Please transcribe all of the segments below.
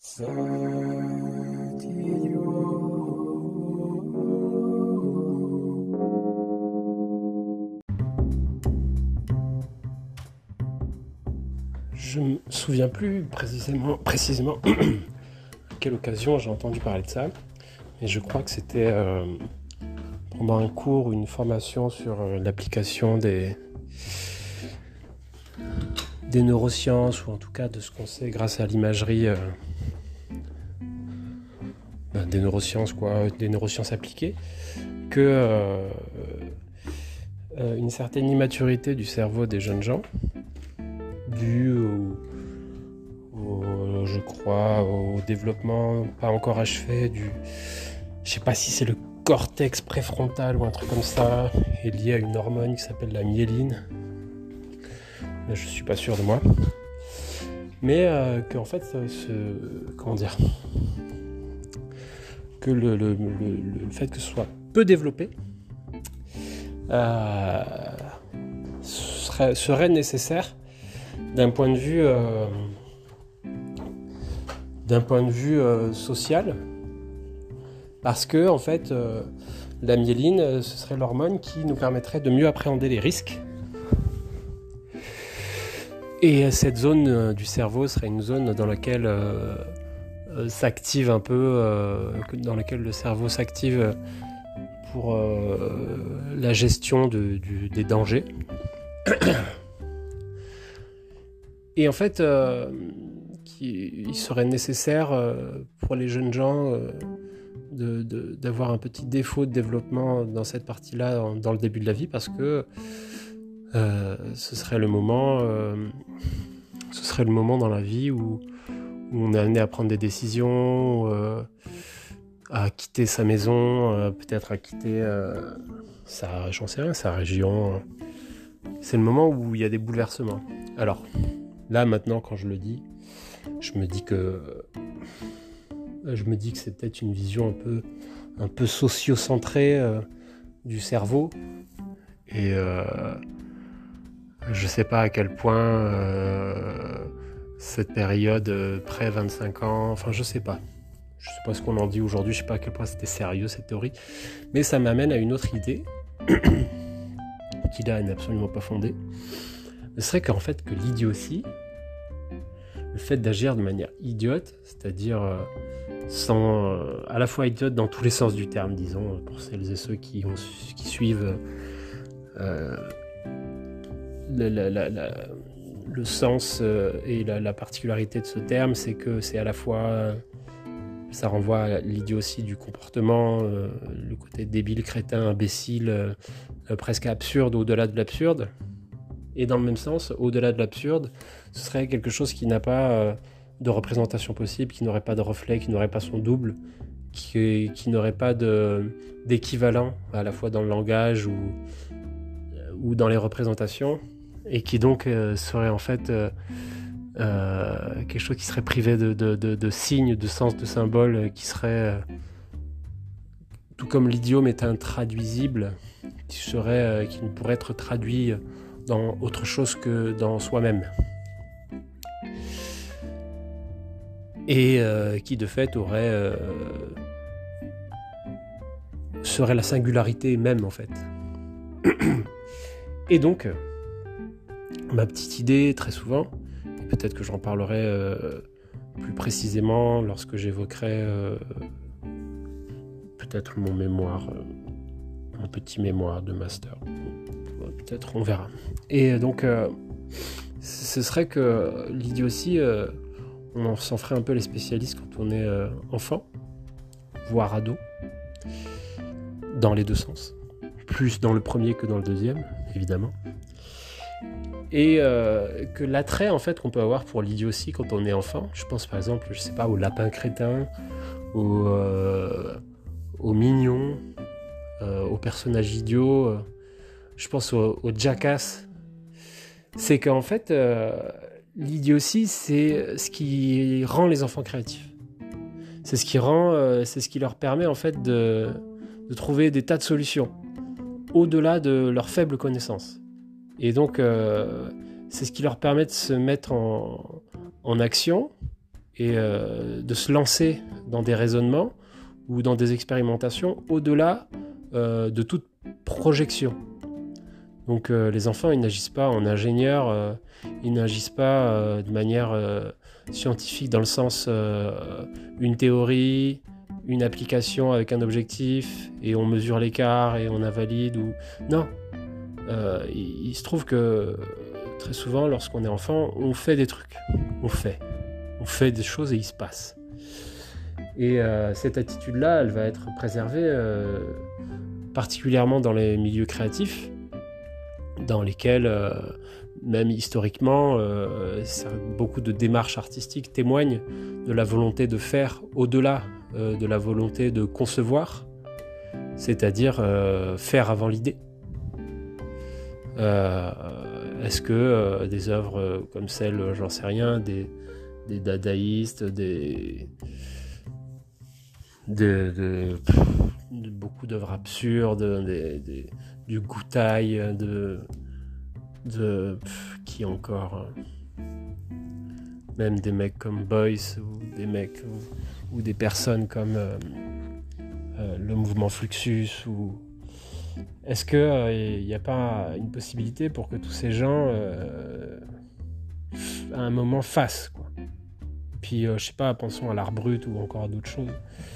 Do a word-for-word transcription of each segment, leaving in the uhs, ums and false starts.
Je me souviens plus précisément, précisément à quelle occasion j'ai entendu parler de ça, mais je crois que c'était euh, pendant un cours ou une formation sur euh, l'application des, des neurosciences, ou en tout cas de ce qu'on sait grâce à l'imagerie euh, ben, des neurosciences, quoi, des neurosciences appliquées, que euh, euh, une certaine immaturité du cerveau des jeunes gens, dû au, au, je crois, au développement pas encore achevé du, je sais pas si c'est le cortex préfrontal ou un truc comme ça, est lié à une hormone qui s'appelle la myéline. Mais je suis pas sûr de moi. Mais euh, que en fait, ce, comment dire, que le, le, le, le fait que ce soit peu développé euh, serait, serait nécessaire d'un point de vue euh, d'un point de vue euh, social, parce que en fait euh, la myéline, ce serait l'hormone qui nous permettrait de mieux appréhender les risques, et cette zone euh, du cerveau serait une zone dans laquelle euh, euh, s'active un peu euh, dans laquelle le cerveau s'active pour euh, la gestion de, du, des dangers. Et en fait, euh, il serait nécessaire euh, pour les jeunes gens euh, de, de, d'avoir un petit défaut de développement dans cette partie-là, dans, dans le début de la vie, parce que euh, ce serait le moment, euh, ce serait le moment dans la vie où, où on est amené à prendre des décisions, euh, à quitter sa maison, euh, peut-être à quitter euh, sa, j'en sais rien, sa région. C'est le moment où il y a des bouleversements. Alors, là, maintenant, quand je le dis, je me dis que je me dis que c'est peut-être une vision un peu, un peu socio-centrée euh, du cerveau. Et euh, je sais pas à quel point euh, cette période euh, près vingt-cinq ans, enfin, je sais pas. Je sais pas ce qu'on en dit aujourd'hui, je sais pas à quel point c'était sérieux cette théorie. Mais ça m'amène à une autre idée, qui là n'est absolument pas fondée. Ce serait qu'en fait, que l'idiotie, le fait d'agir de manière idiote, c'est-à-dire euh, sans, euh, à la fois idiote dans tous les sens du terme, disons, pour celles et ceux qui, ont, qui suivent euh, le, la, la, la, le sens euh, et la, la particularité de ce terme, c'est que c'est à la fois, euh, ça renvoie à l'idiotie du comportement, euh, le côté débile, crétin, imbécile, euh, presque absurde, au-delà de l'absurde. Et dans le même sens, au-delà de l'absurde, ce serait quelque chose qui n'a pas euh, de représentation possible, qui n'aurait pas de reflet, qui n'aurait pas son double, qui, qui n'aurait pas de, d'équivalent, à la fois dans le langage ou, ou dans les représentations, et qui donc euh, serait en fait euh, euh, quelque chose qui serait privé de, de, de, de signes, de sens, de symboles, qui serait, euh, tout comme l'idiome est intraduisible, qui, serait, euh, qui ne pourrait être traduit dans autre chose que dans soi-même. Et euh, qui de fait aurait euh, serait la singularité même en fait. Et donc ma petite idée très souvent, et peut-être que j'en parlerai euh, plus précisément lorsque j'évoquerai euh, peut-être mon mémoire, euh, mon petit mémoire de master. Peut-être, on verra. Et donc, euh, ce serait que l'idiotie, euh, on s'en ferait un peu les spécialistes quand on est euh, enfant, voire ado, dans les deux sens. Plus dans le premier que dans le deuxième, évidemment. Et euh, que l'attrait, en fait, qu'on peut avoir pour l'idiotie quand on est enfant, je pense par exemple, je sais pas, au lapin crétin, au, euh, au mignon, euh, au personnage idiot, euh, je pense au, au jackass, c'est qu'en fait, euh, l'idiotie, c'est ce qui rend les enfants créatifs. C'est ce qui rend, euh, c'est ce qui leur permet en fait de, de trouver des tas de solutions au-delà de leurs faibles connaissances. Et donc, euh, c'est ce qui leur permet de se mettre en, en action et euh, de se lancer dans des raisonnements ou dans des expérimentations au-delà euh, de toute projection. Donc euh, les enfants, ils n'agissent pas en ingénieurs, euh, ils n'agissent pas euh, de manière euh, scientifique dans le sens euh, une théorie, une application avec un objectif et on mesure l'écart et on invalide ou non. Euh, il, il se trouve que très souvent, lorsqu'on est enfant, on fait des trucs, on fait, on fait des choses et il se passe. Et euh, cette attitude-là, elle va être préservée euh, particulièrement dans les milieux créatifs, dans lesquels, euh, même historiquement, euh, beaucoup de démarches artistiques témoignent de la volonté de faire au-delà euh, de la volonté de concevoir, c'est-à-dire euh, faire avant l'idée. Euh, est-ce que euh, des œuvres euh, comme celles, j'en sais rien, des, des dadaïstes, des, des, des pff, de beaucoup d'œuvres absurdes, des, des, du Goutai, de, de pff, qui encore, même des mecs comme Beuys ou des mecs ou, ou des personnes comme euh, euh, le mouvement Fluxus ou est-ce qu'il n'y euh, a pas une possibilité pour que tous ces gens, euh, à un moment, fassent quoi. Puis, euh, je sais pas, pensons à l'art brut ou encore à d'autres choses.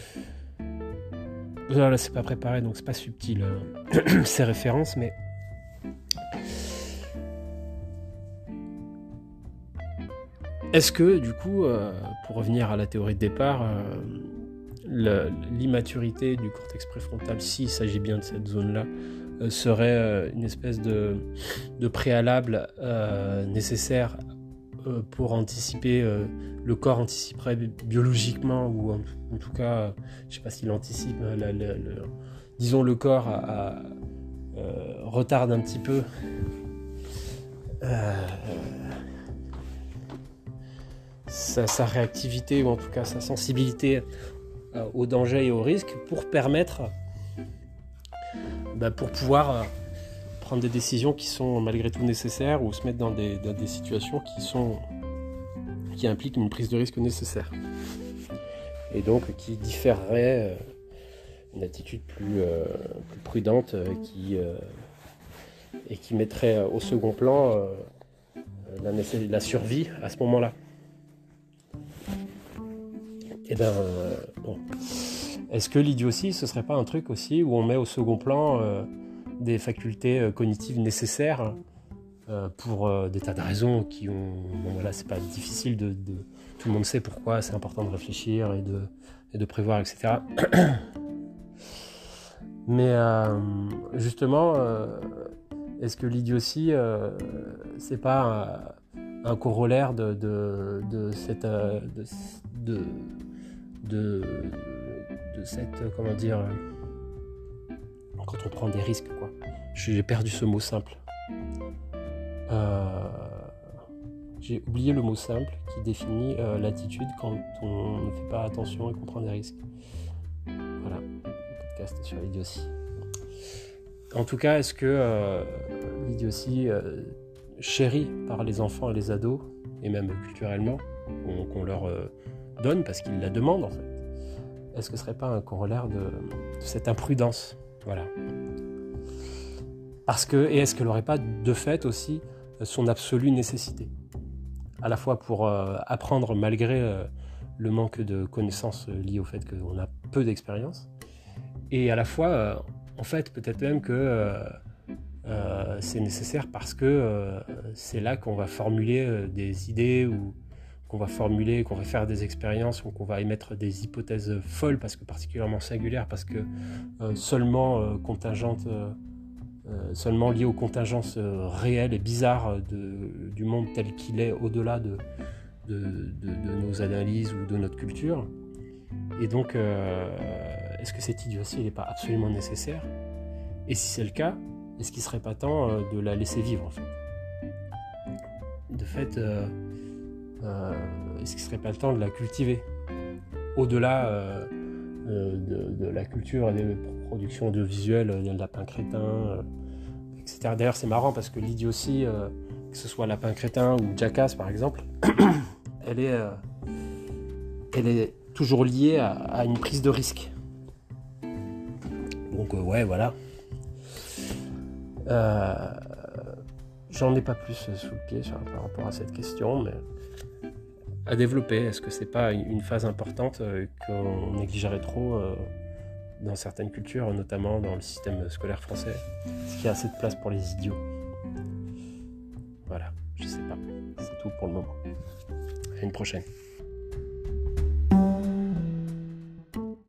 Là, là c'est pas préparé, donc c'est pas subtil, euh, ces références, mais... Est-ce que, du coup, euh, pour revenir à la théorie de départ... Euh, Le, l'immaturité du cortex préfrontal, s'il s'agit bien de cette zone-là, euh, serait euh, une espèce de, de préalable euh, nécessaire euh, pour anticiper, euh, le corps anticiperait biologiquement, ou en, en tout cas, euh, je ne sais pas s'il anticipe, la, la, la, disons le corps a, a, euh, retarde un petit peu euh, sa, sa réactivité, ou en tout cas sa sensibilité au danger et au risque pour permettre bah, pour pouvoir euh, prendre des décisions qui sont malgré tout nécessaires ou se mettre dans des, dans des situations qui sont qui impliquent une prise de risque nécessaire et donc qui différerait euh, une attitude plus, euh, plus prudente euh, qui, euh, et qui mettrait au second plan euh, la, la survie à ce moment-là. Eh bien, euh, bon. Est-ce que l'idiotie, ce serait pas un truc aussi où on met au second plan euh, des facultés euh, cognitives nécessaires euh, pour euh, des tas de raisons qui ont... Bon, voilà, c'est pas difficile de, de... Tout le monde sait pourquoi c'est important de réfléchir et de, et de prévoir, et cetera. Mais euh, justement, euh, est-ce que l'idiotie, euh, c'est pas un, un corollaire de, de, de cette... Euh, de, de De, de cette, comment dire, quand on prend des risques, quoi. J'ai perdu ce mot simple. Euh, j'ai oublié le mot simple qui définit euh, l'attitude quand on ne fait pas attention et qu'on prend des risques. Voilà, podcast sur l'idiotie. En tout cas, est-ce que euh, l'idiotie euh, chérie par les enfants et les ados, et même culturellement, qu'on, qu'on leur euh, donne parce qu'ils la demandent en fait, est-ce que ce serait pas un corollaire de, de cette imprudence, voilà. Parce que, et est-ce qu'elle n'aurait pas de fait aussi son absolue nécessité, à la fois pour euh, apprendre malgré euh, le manque de connaissances liées au fait qu'on a peu d'expérience, et à la fois euh, en fait peut-être même que euh, euh, c'est nécessaire parce que euh, c'est là qu'on va formuler euh, des idées ou qu'on va formuler, qu'on va faire des expériences ou qu'on va émettre des hypothèses folles parce que particulièrement singulières, parce que euh, seulement euh, contingentes, euh, euh, seulement liées aux contingences euh, réelles et bizarres de, du monde tel qu'il est au-delà de, de, de, de nos analyses ou de notre culture. Et donc, euh, est-ce que cette idiotie n'est pas absolument nécessaire ? Et si c'est le cas, est-ce qu'il ne serait pas temps euh, de la laisser vivre en fait ? De fait, euh, Euh, est-ce qu'il ne serait pas le temps de la cultiver au-delà euh, de, de la culture et des productions audiovisuelles, il y a le lapin crétin, euh, et cetera. D'ailleurs, c'est marrant parce que l'idiotie, euh, que ce soit Lapin crétin ou Jackass par exemple, elle est, euh, qu'elle est toujours liée à, à une prise de risque. Donc euh, ouais, voilà. Euh, j'en ai pas plus sous le pied sur, par rapport à cette question, mais à développer. Est-ce que c'est pas une phase importante euh, qu'on négligerait trop euh, dans certaines cultures, notamment dans le système scolaire français? Est-ce qu'il y a assez de place pour les idiots? Voilà, je sais pas. C'est tout pour le moment. À une prochaine.